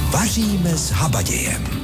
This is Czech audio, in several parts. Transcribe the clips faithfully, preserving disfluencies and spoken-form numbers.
Vaříme s Habadějem.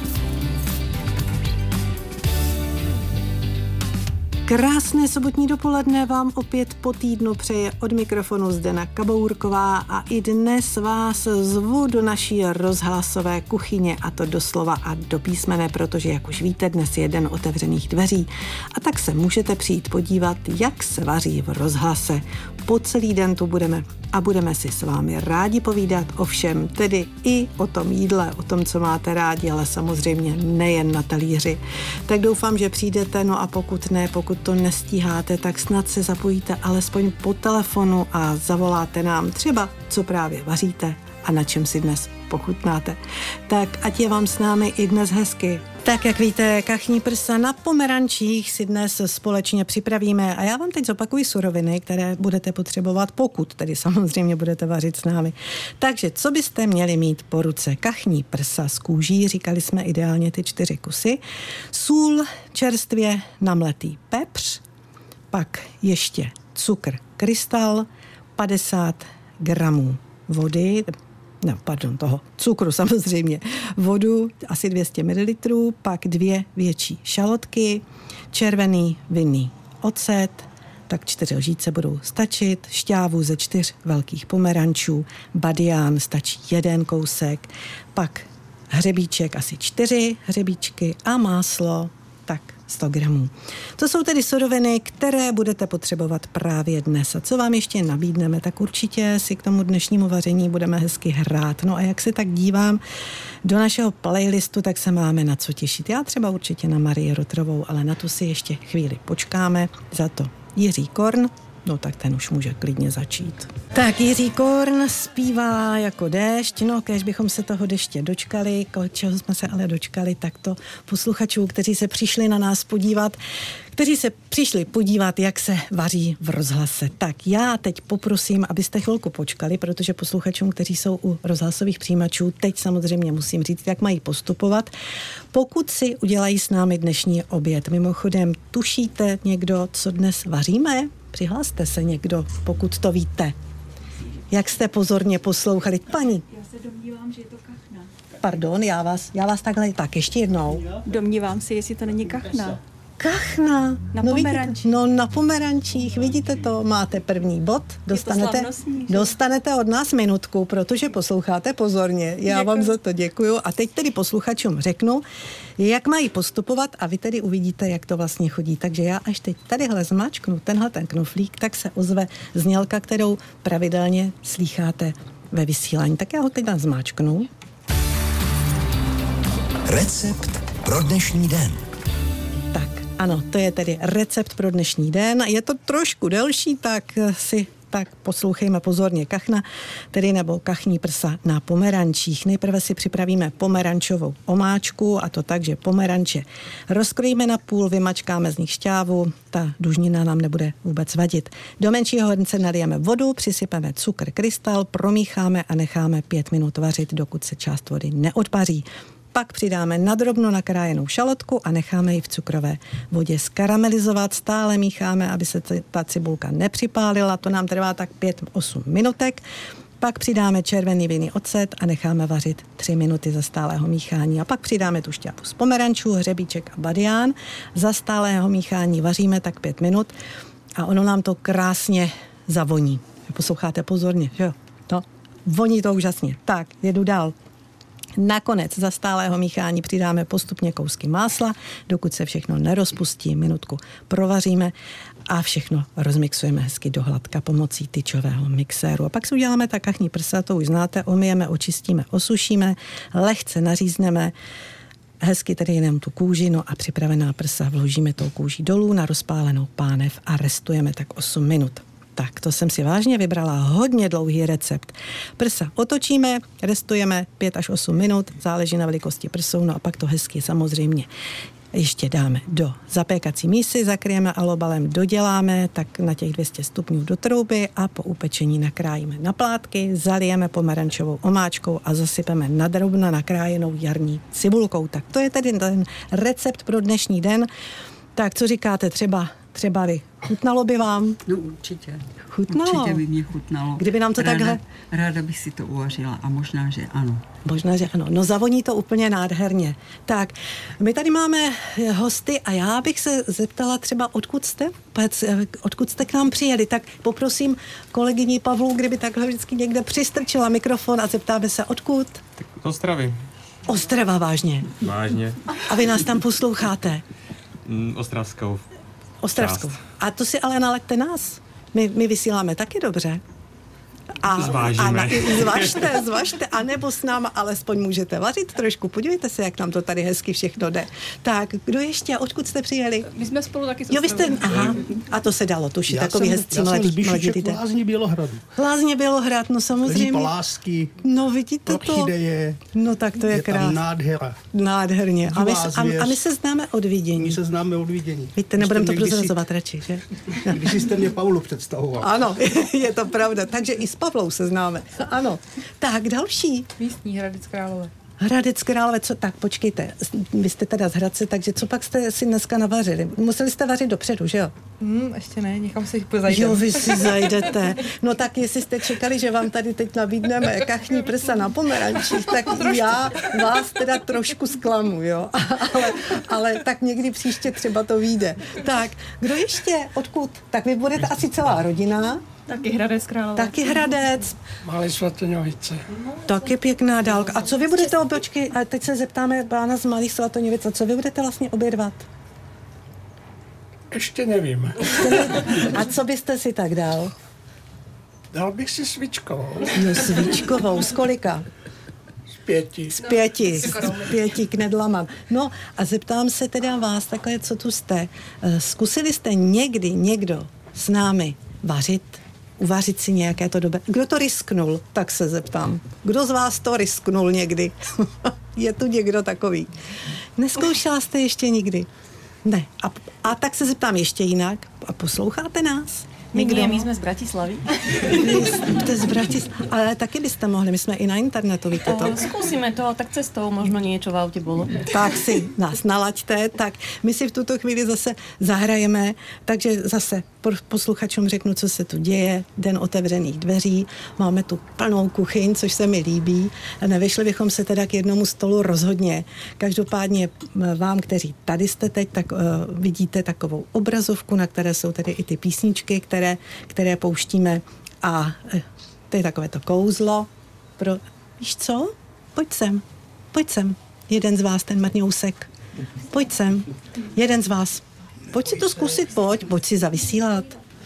Krásné sobotní dopoledne vám opět po týdnu přeje od mikrofonu Zdena Kabourková a i dnes vás zvu do naší rozhlasové kuchyně, a to doslova a do písmene, protože, jak už víte, dnes je den otevřených dveří a tak se můžete přijít podívat, jak se vaří v rozhlase. Po celý den tu budeme a budeme si s vámi rádi povídat o všem, tedy i o tom jídle, o tom, co máte rádi, ale samozřejmě nejen na talíři. Tak doufám, že přijdete, no a pokud ne, pokud to nestíháte, tak snad se zapojíte alespoň po telefonu a zavoláte nám třeba, co právě vaříte a na čem si dnes pochutnáte. Tak ať je vám s námi i dnes hezky. Tak jak víte, kachní prsa na pomerančích si dnes společně připravíme a já vám teď zopakuji suroviny, které budete potřebovat, pokud tedy samozřejmě budete vařit s námi. Takže co byste měli mít po ruce? Kachní prsa z kůží, říkali jsme ideálně ty čtyři kusy, sůl, čerstvě namletý pepř, pak ještě cukr krystal, padesát gramů vody, no, pardon, toho cukru samozřejmě, vodu asi dvě stě mililitrů, pak dvě větší šalotky, červený vinný ocet, tak čtyři lžíce budou stačit, šťávu ze čtyř velkých pomerančů, badián stačí jeden kousek, pak hřebíček asi čtyři hřebíčky a máslo, tak sto gramů. To jsou tedy suroviny, které budete potřebovat právě dnes. A co vám ještě nabídneme, tak určitě si k tomu dnešnímu vaření budeme hezky hrát. No a jak se tak dívám do našeho playlistu, tak se máme na co těšit. Já třeba určitě na Marii Rotrovou, ale na tu si ještě chvíli počkáme. Za to Jiří Korn, no tak ten už může klidně začít. Tak Jiří Korn zpívá jako déšť, no kéž bychom se toho deště dočkali, čeho jsme se ale dočkali, tak to posluchačů, kteří se přišli na nás podívat, kteří se přišli podívat, jak se vaří v rozhlase. Tak já teď poprosím, abyste chvilku počkali, protože posluchačům, kteří jsou u rozhlasových přijímačů, teď samozřejmě musím říct, jak mají postupovat, pokud si udělají s námi dnešní oběd. Mimochodem, tušíte někdo, co dnes vaříme? Přihlaste se někdo, pokud to víte. Jak jste pozorně poslouchali? Paní. Já se domnívám, že je to kachna. Pardon, já vás, já vás takhle, tak ještě jednou. Domnívám se, jestli to není kachna. Kachna. Na no, pomerančích. Vidíte, no na pomerančích, vidíte to, máte první bod, dostanete, dostanete od nás minutku, protože posloucháte pozorně. Já děkuji. Vám za to děkuju a teď tedy posluchačům řeknu, jak mají postupovat a vy tedy uvidíte, jak to vlastně chodí. Takže já až teď tadyhle zmáčknu tenhle ten knoflík, tak se ozve znělka, kterou pravidelně slýcháte ve vysílání. Tak já ho teď zmáčknu. Recept pro dnešní den. Tak, ano, to je tedy recept pro dnešní den. Je to trošku delší, tak si tak poslouchejme pozorně. Kachna, tedy nebo kachní prsa na pomerančích. Nejprve si připravíme pomerančovou omáčku a to tak, že pomeranče rozkrojíme na půl, vymačkáme z nich šťávu, ta dužnina nám nebude vůbec vadit. Do menšího hrnce nalijeme vodu, přisypeme cukr krystal, promícháme a necháme pět minut vařit, dokud se část vody neodpaří. Pak přidáme nadrobno nakrájenou šalotku a necháme ji v cukrové vodě skaramelizovat. Stále mícháme, aby se ta cibulka nepřipálila. To nám trvá tak pět osm minutek. Pak přidáme červený vinný ocet a necháme vařit tři minuty za stálého míchání. A pak přidáme tu šťávu z pomerančů, hřebíček a badián. Za stálého míchání vaříme tak pět minut a ono nám to krásně zavoní. Posloucháte pozorně, že jo? No, voní to úžasně. Tak, jedu dál. Nakonec za stálého míchání přidáme postupně kousky másla, dokud se všechno nerozpustí, minutku provaříme a všechno rozmixujeme hezky do hladka pomocí tyčového mixéru. A pak si uděláme ta kachní prsa, to už znáte, omyjeme, očistíme, osušíme, lehce nařízneme, hezky tedy jenom tu kůži, no a připravená prsa vložíme tou kůží dolů na rozpálenou pánev a restujeme tak osm minut. Tak, to jsem si vážně vybrala hodně dlouhý recept. Prsa otočíme, restujeme pět až osm minut, záleží na velikosti prsou, no a pak to hezky samozřejmě ještě dáme do zapékací mísy, zakryjeme alobalem, doděláme tak na těch dvě stě stupňů do trouby a po upečení nakrájíme na plátky, zalijeme pomerančovou omáčkou a zasypeme nadrobno nakrájenou jarní cibulkou. Tak to je tedy ten recept pro dnešní den. Tak co říkáte, třeba třeba vy. Chutnalo by vám? No určitě. Chutnalo? Určitě by mě chutnalo. Kdyby nám to ráda, takhle... Ráda bych si to uvařila a možná, že ano. Možná, že ano. No zavoní to úplně nádherně. Tak, my tady máme hosty a já bych se zeptala třeba, odkud jste? Odkud jste k nám přijeli? Tak poprosím kolegyni Pavlu, kdyby takhle vždycky někde přistrčila mikrofon a zeptáme se, odkud? Tak z Ostravy. Ostrava, vážně. Vážně. A vy nás tam posloucháte? Mm, ostravskou. Ostravskou. Část. A to si ale nalaďte nás. My, my vysíláme taky dobře. A, Zvážíme. A na, zvažte, zvažte, anebo s náma alespoň můžete vařit trošku. Podívejte se, jak nám to tady hezky všechno jde. Tak, kdo ještě? Odkud jste přijeli? My jsme spolu taky s Jo, vy jste, aha, a to se dalo tušit, Já takový jsem, hezcí já mladí, jsem z mladí Bíšiček lidé. v Lázní Bělohradu. Lázně Bělohrad, no Leží samozřejmě. Palásky, No vidíte to? orchideje, No tak to je, je tam krásné. nádhera. Nádherně. A my, Divá a, zvěř. a my se známe od vidění. My se známe od vidění. Víte, Když nebudeme jste to mě kdysi- prozrazovat radši, že? Když jste mě Paulu představoval. Ano, je to pravda. Takže i s Pavlou se známe. Ano. Tak, další. místní Hradec Králové. Hradec Králové, co? Tak, počkejte. Vy jste teda z Hradce, takže co pak jste si dneska navařili? Museli jste vařit dopředu, že jo? Hmm, ještě ne, někam se zajdeme. Jo, vy si zajdete. No tak jestli jste čekali, že vám tady teď nabídneme kachní prsa na pomerančích, tak já vás teda trošku zklamu, jo. Ale, ale tak někdy příště třeba to vyjde. Tak, kdo ještě? Odkud? Tak vy budete asi celá rodina. Taky Hradec Králové. Taky Hradec. Malé Svatoňovice. Taky pěkná dálka. A co vy budete, obočky, a teď se zeptáme pána z Malých Svatoňovic, a co vy budete vlastně obědvat? Ještě nevím. A co byste si tak dal? Dal bych si svíčkovou. No svíčkovou, z kolika? Z pěti. Z pěti, z pěti knedlama. No a zeptám se teda vás, takhle, co tu jste. Eh, Zkusili jste někdy někdo s námi vařit? Uvařit si nějaké to dobré? Kdo to risknul? Tak se zeptám. Kdo z vás to risknul někdy? Je tu někdo takový? Neskoušela jste ještě nikdy? Ne. A, a tak se zeptám ještě jinak. A posloucháte nás? My, Někdo? nie, my jsme z Bratislavy. Vy jste z Bratis... Ale taky byste mohli, my jsme i na internetu, víte to? Skúsime to, tak cestou možno niečo v aute bolo. Tak si nás nalaďte, tak my si v tuto chvíli zase zahrajeme, takže zase posluchačům řeknu, co se tu děje, den otevřených dveří, máme tu plnou kuchyň, což se mi líbí, nevyšli bychom se teda k jednomu stolu rozhodně. Každopádně vám, kteří tady jste teď, tak uh, vidíte takovou obrazovku, na které jsou tedy i ty písničky, které, které pouštíme a uh, to je takové to kouzlo pro, víš co? Pojď sem, pojď sem. Jeden z vás, ten Marňousek. Pojď sem. Jeden z vás. Pojď si to zkusit, pojď, pojď si zavysílat.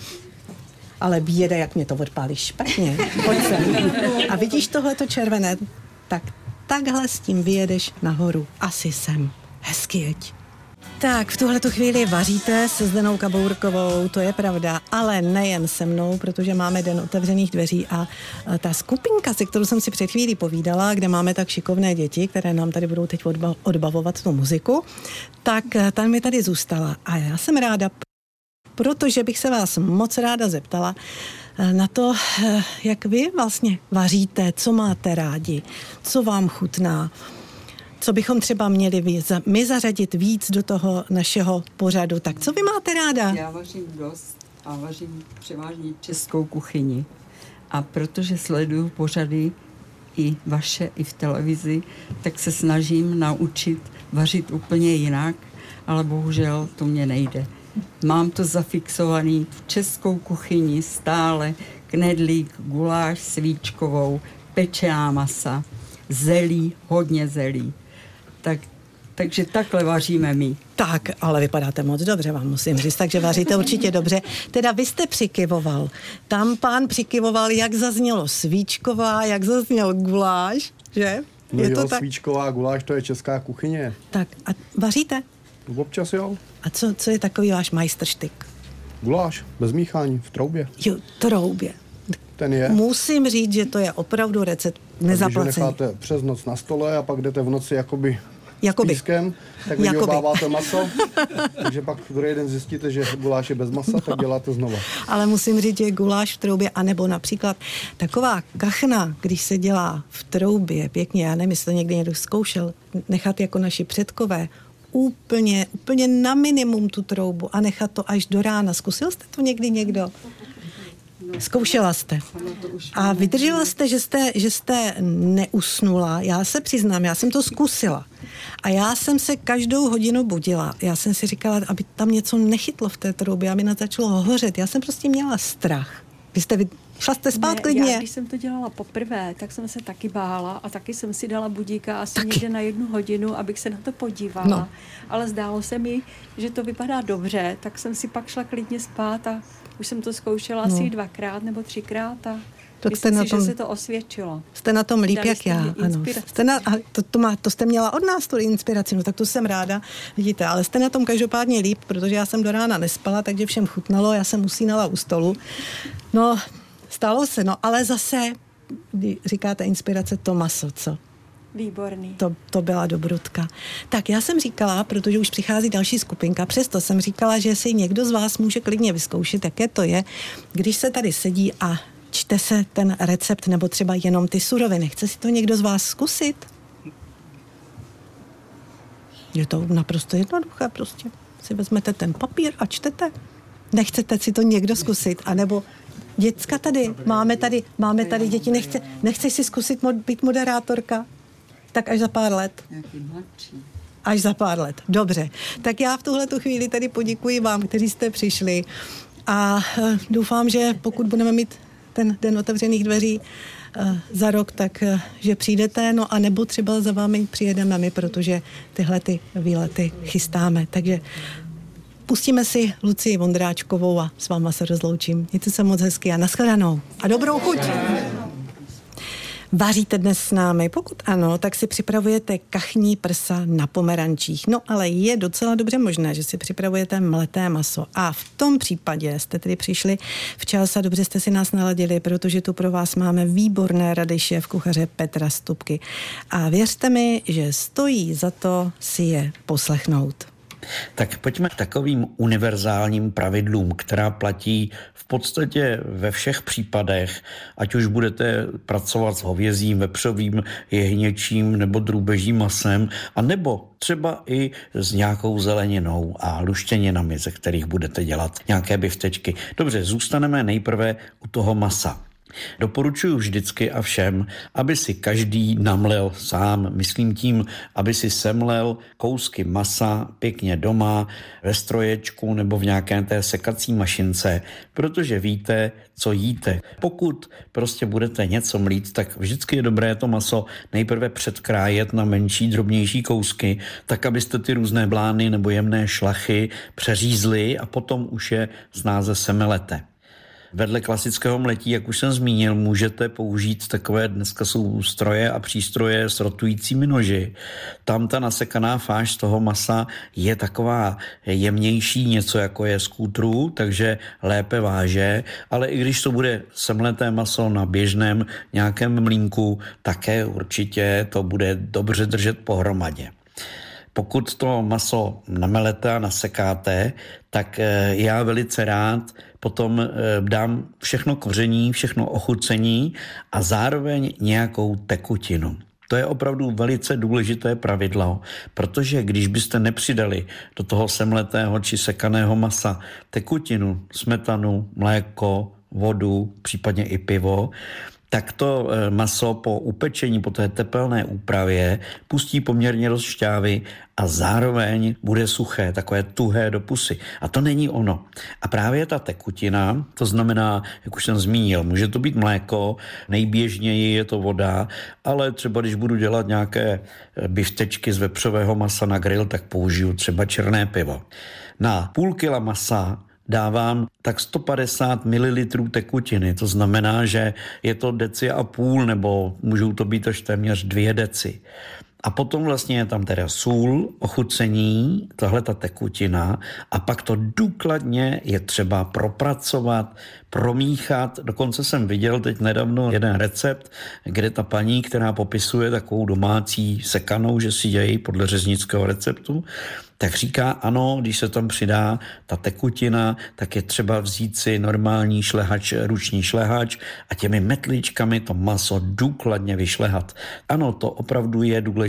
Ale běda, jak mě to odpálí špatně. Pojď sem. A vidíš tohleto červené? Tak takhle s tím vyjedeš nahoru. Asi sem. Hezky jeď. Tak, v tuhletu chvíli vaříte se Zdenou Kabourkovou, to je pravda, ale nejen se mnou, protože máme den otevřených dveří a ta skupinka, se kterou jsem si před chvílí povídala, kde máme tak šikovné děti, které nám tady budou teď odba- odbavovat tu muziku, tak tam mi tady zůstala. A já jsem ráda, protože bych se vás moc ráda zeptala na to, jak vy vlastně vaříte, co máte rádi, co vám chutná, co bychom třeba měli my zařadit víc do toho našeho pořadu. Tak co vy máte ráda? Já vařím dost a vařím převážně českou kuchyni. A protože sleduju pořady i vaše, i v televizi, tak se snažím naučit vařit úplně jinak, ale bohužel to mě nejde. Mám to zafixovaný v českou kuchyni stále, knedlík, guláš svíčkovou, pečená masa, zelí, hodně zelí. Tak, takže takhle vaříme my. Tak, ale vypadáte moc dobře, vám musím říct, takže vaříte určitě dobře. Teda vy jste přikyvoval. Tam pán přikyvoval, jak zaznělo svíčková, jak zazněl guláš, že? No je jo, to tak? svíčková guláš, to je česká kuchyně. Tak, a vaříte? Občas jo. A co, co je takový váš majstrštyk? Guláš, bez míchání, v troubě. Jo, troubě. Ten je. Musím říct, že to je opravdu recept nezaplacený. Když ho necháte přes noc na stole a pak jdete v noci jakoby Jakoby. s pískem, tak Jakoby. vyděláváte maso, takže pak druhý den zjistíte, že guláš je bez masa, tak děláte znova. Ale musím říct, že guláš v troubě, anebo například taková kachna, když se dělá v troubě, pěkně, já nevím, jestli to někdy někdo zkoušel, nechat jako naši předkové, úplně, úplně na minimum tu troubu a nechat to až do rána. Zkusil jste to někdy někdo? Zkoušela jste. A vydržela jste, že jste, že jste neusnula. Já se přiznám, já jsem to zkusila. A já jsem se každou hodinu budila. Já jsem si říkala, aby tam něco nechytlo v té troubě, aby začalo hořet. Já jsem prostě měla strach. Vy jste, šla jste spát ne, klidně? Já, když jsem to dělala poprvé, tak jsem se taky bála a taky jsem si dala budíka asi taky. někde na jednu hodinu, abych se na to podívala. No. Ale zdálo se mi, že to vypadá dobře, tak jsem si pak šla klidně spát a už jsem to zkoušela no. asi dvakrát nebo třikrát a tak myslím si, tom, že se to osvědčilo. Jste na tom líp, Dali jak já. Ano. Jste na, a to, to, má, to jste měla od nás tu inspiraci, no tak to jsem ráda, vidíte, ale jste na tom každopádně líp, protože já jsem do rána nespala, takže všem chutnalo, já jsem usínala u stolu. No, stalo se, no, ale zase, když říkáte inspirace, to maso, co? Výborný. To, to byla dobrutka. Tak já jsem říkala, protože už přichází další skupinka, přesto jsem říkala, že si někdo z vás může klidně vyzkoušet, jaké to je, když se tady sedí a čte se ten recept nebo třeba jenom ty suroviny. Chce si to někdo z vás zkusit? Je to naprosto jednoduché prostě. Si vezmete ten papír a čtete. Nechcete si to někdo zkusit? A nebo děcka tady, máme tady, máme tady děti, nechce, nechceš si zkusit mod, být moderátorka? Tak až za pár let. Až za pár let. Dobře. Tak já v tuhletu chvíli tady poděkuji vám, kteří jste přišli a uh, doufám, že pokud budeme mít ten den otevřených dveří uh, za rok, tak uh, že přijdete, no a nebo třeba za vámi přijedeme my, protože tyhle ty výlety chystáme. Takže pustíme si Lucii Vondráčkovou a s váma se rozloučím. Mějte se moc hezky a nashledanou. A dobrou chuť! Vaříte dnes s námi? Pokud ano, tak si připravujete kachní prsa na pomerančích. No ale je docela dobře možné, že si připravujete mleté maso. A v tom případě jste tedy přišli včas a dobře jste si nás naladili, protože tu pro vás máme výborné rady šéf kuchaře Petra Stupky. A věřte mi, že stojí za to si je poslechnout. Tak pojďme k takovým univerzálním pravidlům, která platí v podstatě ve všech případech, ať už budete pracovat s hovězím, vepřovým, jehněčím nebo drůbežím masem, a nebo třeba i s nějakou zeleninou a luštěninami, ze kterých budete dělat nějaké biftečky. Dobře, zůstaneme nejprve u toho masa. Doporučuji vždycky a všem, aby si každý namlel sám, myslím tím, aby si semlel kousky masa pěkně doma, ve stroječku nebo v nějaké té sekací mašince, protože víte, co jíte. Pokud prostě budete něco mlít, tak vždycky je dobré to maso nejprve předkrájet na menší, drobnější kousky, tak abyste ty různé blány nebo jemné šlachy přeřízli a potom už je snáze semelete. Vedle klasického mletí, jak už jsem zmínil, můžete použít takové, dneska jsou stroje a přístroje s rotujícími noži. Tam ta nasekaná fáž z toho masa je taková jemnější, něco jako je z kútru, takže lépe váže, ale i když to bude semleté maso na běžném nějakém mlýnku, také určitě to bude dobře držet pohromadě. Pokud to maso namelete a nasekáte, tak já velice rád potom dám všechno koření, všechno ochucení a zároveň nějakou tekutinu. To je opravdu velice důležité pravidlo, protože když byste nepřidali do toho semletého či sekaného masa tekutinu, smetanu, mléko, vodu, případně i pivo, tak to maso po upečení, po té tepelné úpravě pustí poměrně dost šťávy a zároveň bude suché, takové tuhé do pusy. A to není ono. A právě ta tekutina, to znamená, jak už jsem zmínil, může to být mléko, nejběžněji je to voda, ale třeba když budu dělat nějaké biftečky z vepřového masa na grill, tak použiju třeba černé pivo. Na půl kila masa dávám tak sto padesát mililitrů tekutiny, to znamená, že je to deci a půl, nebo můžou to být až téměř dvě deci. A potom vlastně je tam teda sůl, ochucení, tahle ta tekutina a pak to důkladně je třeba propracovat, promíchat. Dokonce jsem viděl teď nedávno jeden recept, kde ta paní, která popisuje takovou domácí sekanou, že si dějí podle řeznického receptu, tak říká, ano, když se tam přidá ta tekutina, tak je třeba vzít si normální šlehač, ruční šlehač a těmi metličkami to maso důkladně vyšlehat. Ano, to opravdu je důležité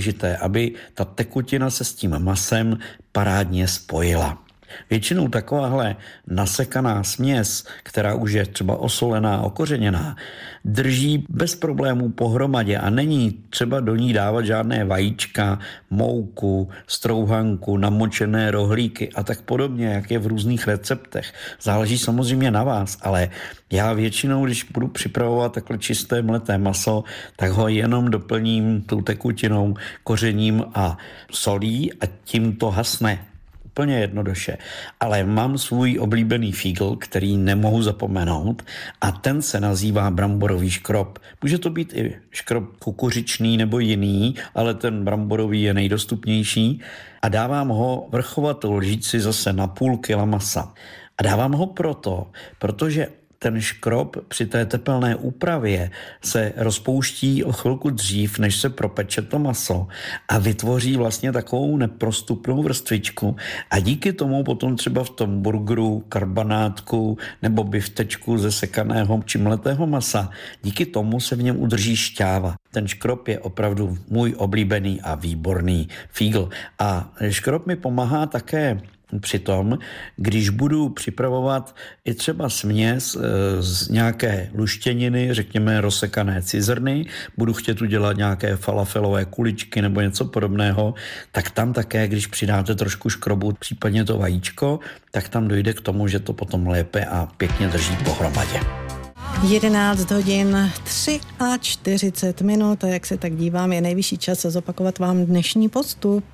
důležité, aby ta tekutina se s tím masem parádně spojila. Většinou takováhle nasekaná směs, která už je třeba osolená, okořeněná, drží bez problémů pohromadě a není třeba do ní dávat žádné vajíčka, mouku, strouhanku, namočené rohlíky a tak podobně, jak je v různých receptech. Záleží samozřejmě na vás, ale já většinou, když budu připravovat takhle čisté mleté maso, tak ho jenom doplním tou tekutinou, kořením a solí a tím to hasne. Úplně jednoduše. Ale mám svůj oblíbený fígl, který nemohu zapomenout a ten se nazývá bramborový škrob. Může to být i škrob kukuřičný nebo jiný, ale ten bramborový je nejdostupnější a dávám ho vrchovatou lžíci zase na půl kila masa. A dávám ho proto, protože ten škrob při té tepelné úpravě se rozpouští o chvilku dřív, než se propeče to maso a vytvoří vlastně takovou neprostupnou vrstvičku a díky tomu potom třeba v tom burgeru, karbanátku nebo biftečku ze sekaného či mletého masa, díky tomu se v něm udrží šťáva. Ten škrob je opravdu můj oblíbený a výborný fígl. A škrob mi pomáhá také přitom, když budu připravovat i třeba směs z nějaké luštěniny, řekněme rozsekané cizrny, budu chtět udělat nějaké falafelové kuličky nebo něco podobného, tak tam také, když přidáte trošku škrobu, případně to vajíčko, tak tam dojde k tomu, že to potom lépe a pěkně drží pohromadě. jedenáct hodin čtyřicet tři minut a jak se tak dívám, je nejvyšší čas zopakovat vám dnešní postup.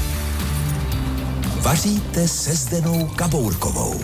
Vaříte se Zdenou Kabourkovou.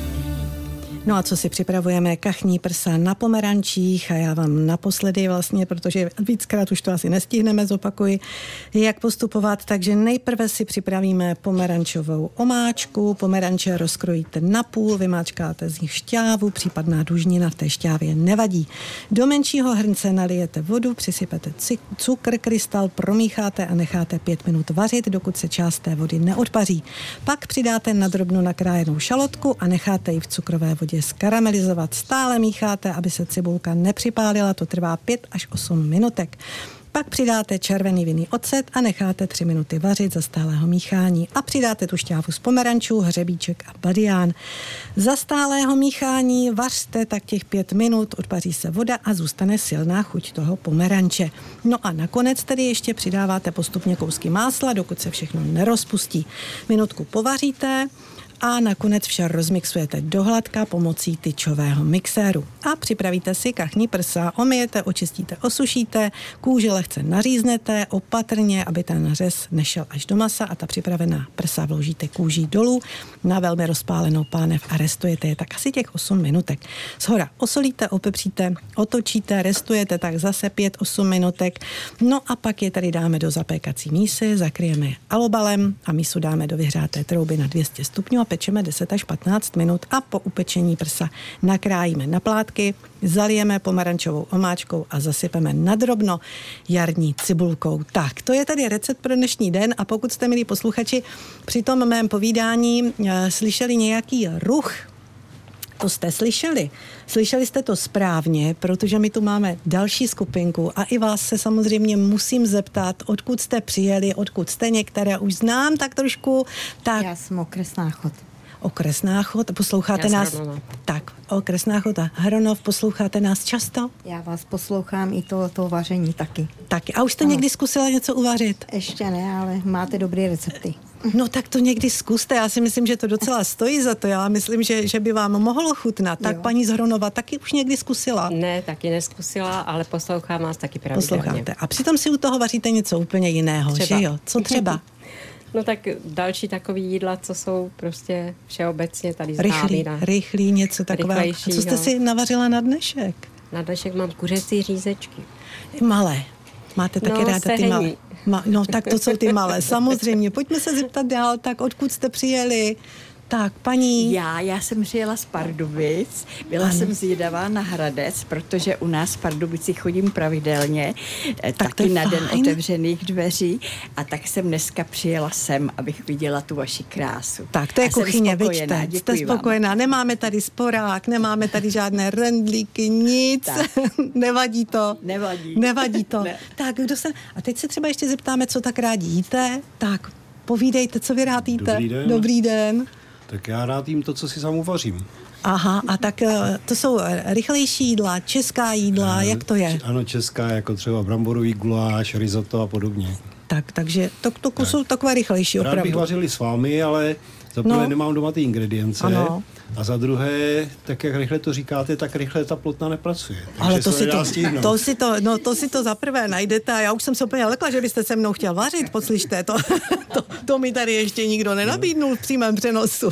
No a co si připravujeme? Kachní prsa na pomerančích a já vám naposledy vlastně, protože víckrát už to asi nestihneme, zopakuji, jak postupovat. Takže nejprve si připravíme pomerančovou omáčku. Pomeranče rozkrojíte na půl, vymáčkáte z nich šťávu, případná dužnina v té šťávě nevadí. Do menšího hrnce nalijete vodu, přisypete cukr, krystal, promícháte a necháte pět minut vařit, dokud se část té vody neodpaří. Pak přidáte na drobno nakrájenou šalotku a necháte ji v cukrové vodě skaramelizovat. Stále mícháte, aby se cibulka nepřipálila, to trvá pět až osm minutek. Pak přidáte červený vinný ocet a necháte tři minuty vařit za stálého míchání a přidáte tu šťávu z pomerančů, hřebíček a badián. Za stálého míchání vařte tak těch pět minut, odpaří se voda a zůstane silná chuť toho pomeranče. No a nakonec tedy ještě přidáváte postupně kousky másla, dokud se všechno nerozpustí. Minutku povaříte a nakonec vše rozmixujete dohladka pomocí tyčového mixéru. A připravíte si kachní prsa, omyjete, očistíte, osušíte, kůži lehce naříznete, opatrně, aby ten řez nešel až do masa a ta připravená prsa vložíte kůží dolů na velmi rozpálenou pánev a restujete je tak asi těch osm minutek. Shora osolíte, opepříte, otočíte, restujete tak zase pět osm minutek. No a pak je tady dáme do zapékací mísy, zakryjeme je alobalem a mísu dáme do vyhřáté trouby na dvě stě stupňů a pečeme deset až patnáct minut a po upečení prsa nakrájíme na plátky, zalijeme pomerančovou omáčkou a zasypeme nadrobno jarní cibulkou. Tak, to je tady recept pro dnešní den a pokud jste, milí posluchači, při tom mém povídání e, slyšeli nějaký ruch, to jste slyšeli. Slyšeli jste to správně, protože my tu máme další skupinku a i vás se samozřejmě musím zeptat, odkud jste přijeli, odkud jste, některé už znám tak trošku. Tak... Já jsem okres Náchod. Okres Náchod, posloucháte nás? Hronova. Tak, okres Náchod a Hronov, posloucháte nás často? Já vás poslouchám i to, to vaření taky. Taky. A už jste ano. někdy zkusila něco uvařit? Ještě ne, ale máte dobré recepty. No tak to někdy zkuste, já si myslím, že to docela stojí za to, já myslím, že, že by vám mohlo chutnat. Tak jo. Paní z Hronova taky už někdy zkusila? Ne, taky neskusila, ale poslouchám vás taky pravidelně. Posloucháte. A přitom si u toho vaříte něco úplně jiného, třeba. Že jo? Co třeba? No tak další takový jídla, co jsou prostě všeobecně tady známý. Rychlý, rychlý, něco takového. A co jste si navařila na dnešek? Na dnešek mám kuřecí řízečky. Malé. Máte taky no, ráda ty malé? Ma, no tak to jsou ty malé, samozřejmě. Pojďme se zeptat dál, tak odkud jste přijeli? Tak, paní... Já, já jsem přijela z Pardubic, byla ano. jsem zvědavá na Hradec, protože u nás v Pardubici chodím pravidelně, tak taky na den fajn. Otevřených dveří a tak jsem dneska přijela sem, abych viděla tu vaši krásu. Tak, to je a kuchyně, vyčte, jste spokojená, vám. Nemáme tady sporák, nemáme tady žádné rendlíky, nic, nevadí to. Nevadí. Nevadí to. Ne. Tak, kdo se... A teď se třeba ještě zeptáme, co tak rádi jíte, tak povídejte, co vy rád jíte. Dobrý den. Dobrý den. Tak já rád jím to, co si sám uvařím. Aha, a tak to jsou rychlejší jídla, česká jídla, jak to je? Ano, česká, jako třeba bramborový guláš, risotto a podobně. Tak, takže to, to tak. jsou takové rychlejší opravdu. Rád bych vařili s vámi, ale za prvé no. nemám doma ty ingredience. Ano. A za druhé, tak jak rychle to říkáte, tak rychle ta plotna nepracuje. Takže ale to, to si to, to, si to, no, to si to za prvé najdete a já už jsem se úplně lekla, že byste se mnou chtěl vařit, poslyšte, to, to, to mi tady ještě nikdo nenabídnul v přímém přenosu.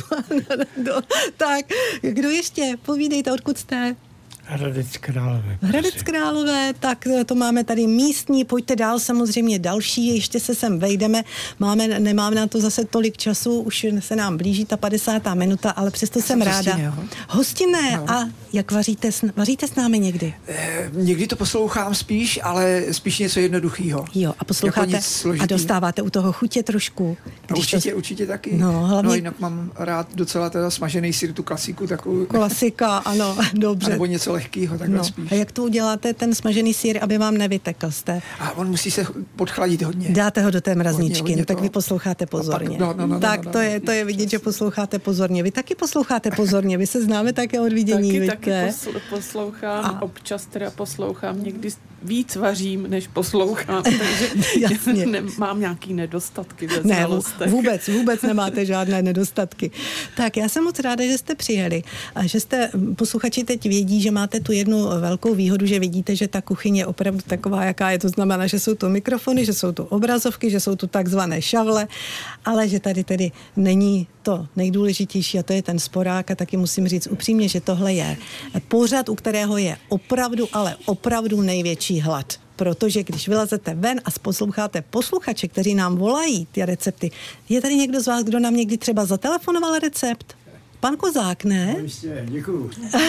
Tak, kdo ještě? Povídejte, odkud jste? Hradec Králové. Hradec Králové, tak to máme tady místní, pojďte dál, samozřejmě další, ještě se sem vejdeme, máme, nemáme na to zase tolik času, už se nám blíží ta padesátá minuta, ale přesto jsem, jsem ráda. Hostinné, hostinné no. A jak vaříte, vaříte s námi někdy? Eh, někdy to poslouchám spíš, ale spíš něco jednoduchýho. Jo, a posloucháte a dostáváte u toho chutě trošku. No, určitě, to... určitě taky. No, hlavně... no jinak mám rád docela teda smažený syr, tu klasiku takovou. Klasika, ano, dobře. A nebo něco lehkýho, takhle no. spíš. A jak to uděláte, ten smažený sýr, aby vám nevytekl jste? A on musí se podchladit hodně. Dáte ho do té mrazničky, hodně, hodně no, tak vy posloucháte pozorně. Pak, no, no, no, tak no, no, to, je, to je vidět, že posloucháte pozorně. Vy taky posloucháte pozorně, vy se známe také od vidění, taky, víte? Taky posl- poslouchám, a občas teda poslouchám, někdy víc vařím, než poslouchám, takže mám nějaký nedostatky ve ne, znalostech. vůbec, vůbec nemáte žádné nedostatky. Tak já jsem moc ráda, že jste přijeli a že jste, posluchači teď vědí, že máte tu jednu velkou výhodu, že vidíte, že ta kuchyně je opravdu taková, jaká je. To znamená, že jsou tu mikrofony, že jsou tu obrazovky, že jsou tu takzvané šavle, ale že tady tedy není to nejdůležitější a to je ten sporák a taky musím říct upřímně, že tohle je pořad, u kterého je opravdu, ale opravdu největší hlad. Protože když vylezete ven a posloucháte posluchače, kteří nám volají ty recepty, je tady někdo z vás, kdo nám někdy třeba zatelefonoval recept? Pan Kozák, ne? No, jistě, děkuju.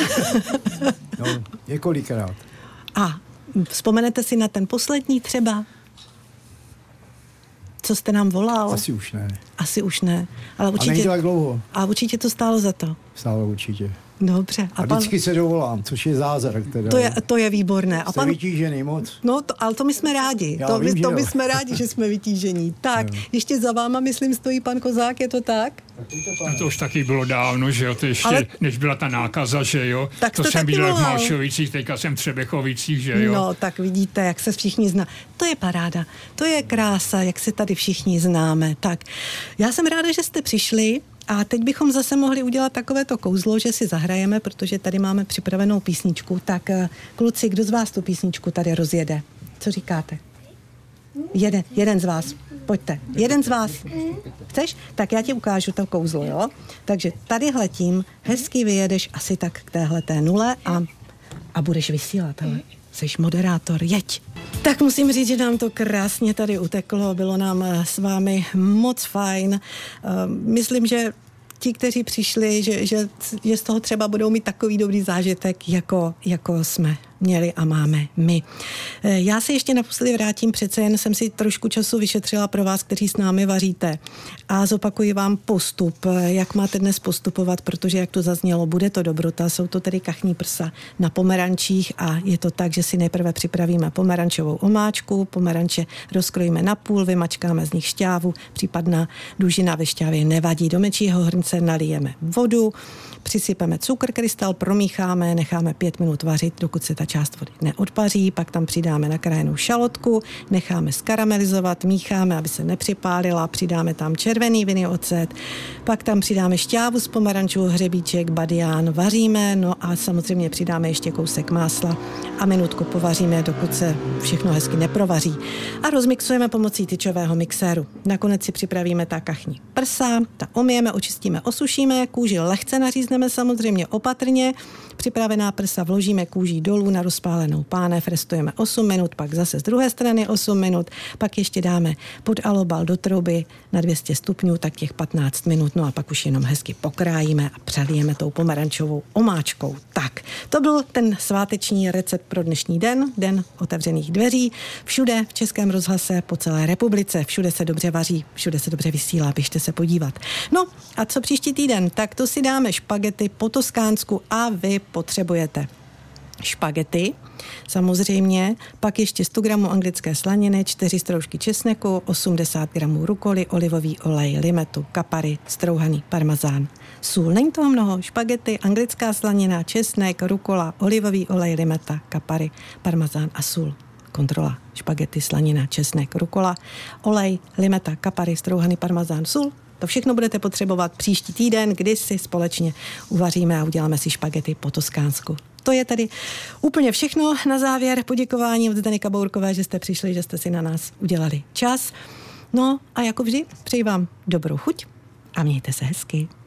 No, několikrát. A vzpomenete si na ten poslední třeba? Co jste nám volal? Asi už ne. Asi už ne. Ale určitě, a není to tak dlouho. A určitě to stálo za to. Stálo určitě. Dobře. A, a vždycky pan... se dovolám, což je zázrak. Teda. To je, to je výborné. Jste a pan... vytížený moc. No, to, ale to my jsme rádi. Já to vím, my, to my jsme rádi, že jsme vytížení. Tak, jo. Ještě za váma, myslím, stojí pan Kozák, je to tak? No to už taky bylo dávno, že jo, to ještě, ale... než byla ta nákaza, že jo. Tak to, to jsem bydlel v Malšovicích, teďka jsem v Třebechovicích, že jo. No, tak vidíte, jak se všichni zná. To je paráda, to je krása, jak se tady všichni známe. Tak, já jsem ráda, že jste přišli. A teď bychom zase mohli udělat takovéto kouzlo, že si zahrajeme, protože tady máme připravenou písničku. Tak kluci, kdo z vás tu písničku tady rozjede? Co říkáte? Jeden, jeden z vás. Pojďte. Jeden z vás. Chceš? Tak já ti ukážu to kouzlo, jo? Takže tadyhle tím hezky vyjedeš asi tak k téhleté nule a, a budeš vysílat, hele. Jseš moderátor, jeď. Tak musím říct, že nám to krásně tady uteklo, bylo nám s vámi moc fajn. Myslím, že ti, kteří přišli, že, že, že z toho třeba budou mít takový dobrý zážitek, jako, jako jsme měli a máme my. Já se ještě naposledy vrátím, přece jen jsem si trošku času vyšetřila pro vás, kteří s námi vaříte. A zopakuji vám postup, jak máte dnes postupovat, protože jak to zaznělo, bude to dobrota, jsou to tedy kachní prsa na pomerančích a je to tak, že si nejprve připravíme pomerančovou omáčku, pomeranče rozkrojíme na půl, vymačkáme z nich šťávu, případná dužina ve šťávě nevadí. Do menšího hrnce nalijeme vodu, přisypeme cukr, krystal, promícháme, necháme pět minut vařit, dokud se ta část vody neodpaří, pak tam přidáme nakrájenou šalotku, necháme skaramelizovat, mícháme, aby se nepřipálila, přidáme tam červený vinný ocet, pak tam přidáme šťávu z pomerančů, hřebíček, badián, vaříme, no a samozřejmě přidáme ještě kousek másla a minutku povaříme, dokud se všechno hezky neprovaří. A rozmixujeme pomocí tyčového mixéru. Nakonec si připravíme ta kachní prsa, ta omyjeme, očistíme, osušíme, kůži lehce nařízneme samozřejmě opatrně, připravená prsa vložíme kůží dolů, na rozpálenou pánev, restujeme osm minut, pak zase z druhé strany osm minut, pak ještě dáme pod alobal do trouby na dvě stě stupňů, tak těch patnáct minut, no a pak už jenom hezky pokrájíme a přelijeme tou pomerančovou omáčkou. Tak, to byl ten sváteční recept pro dnešní den, den otevřených dveří. Všude v Českém rozhlase, po celé republice, všude se dobře vaří, všude se dobře vysílá, běžte se podívat. No a co příští týden? Tak to si dáme špagety po toskánsku a vy potřebujete špagety, samozřejmě, pak ještě sto gramů anglické slaniny, čtyři stroužky česneku, osmdesát gramů rukoly, olivový olej, limetu, kapary, strouhaný parmazán, sůl. Není toho mnoho. Špagety, anglická slanina, česnek, rukola, olivový olej, limeta, kapary, parmazán a sůl. Kontrola. Špagety, slanina, česnek, rukola, olej, limeta, kapary, strouhaný parmazán, sůl. To všechno budete potřebovat příští týden, kdy si společně uvaříme a uděláme si špagety po toskánsku. To je tedy úplně všechno na závěr. Poděkování od Zdeny Kabourkové, že jste přišli, že jste si na nás udělali čas. No a jako vždy přeji vám dobrou chuť a mějte se hezky.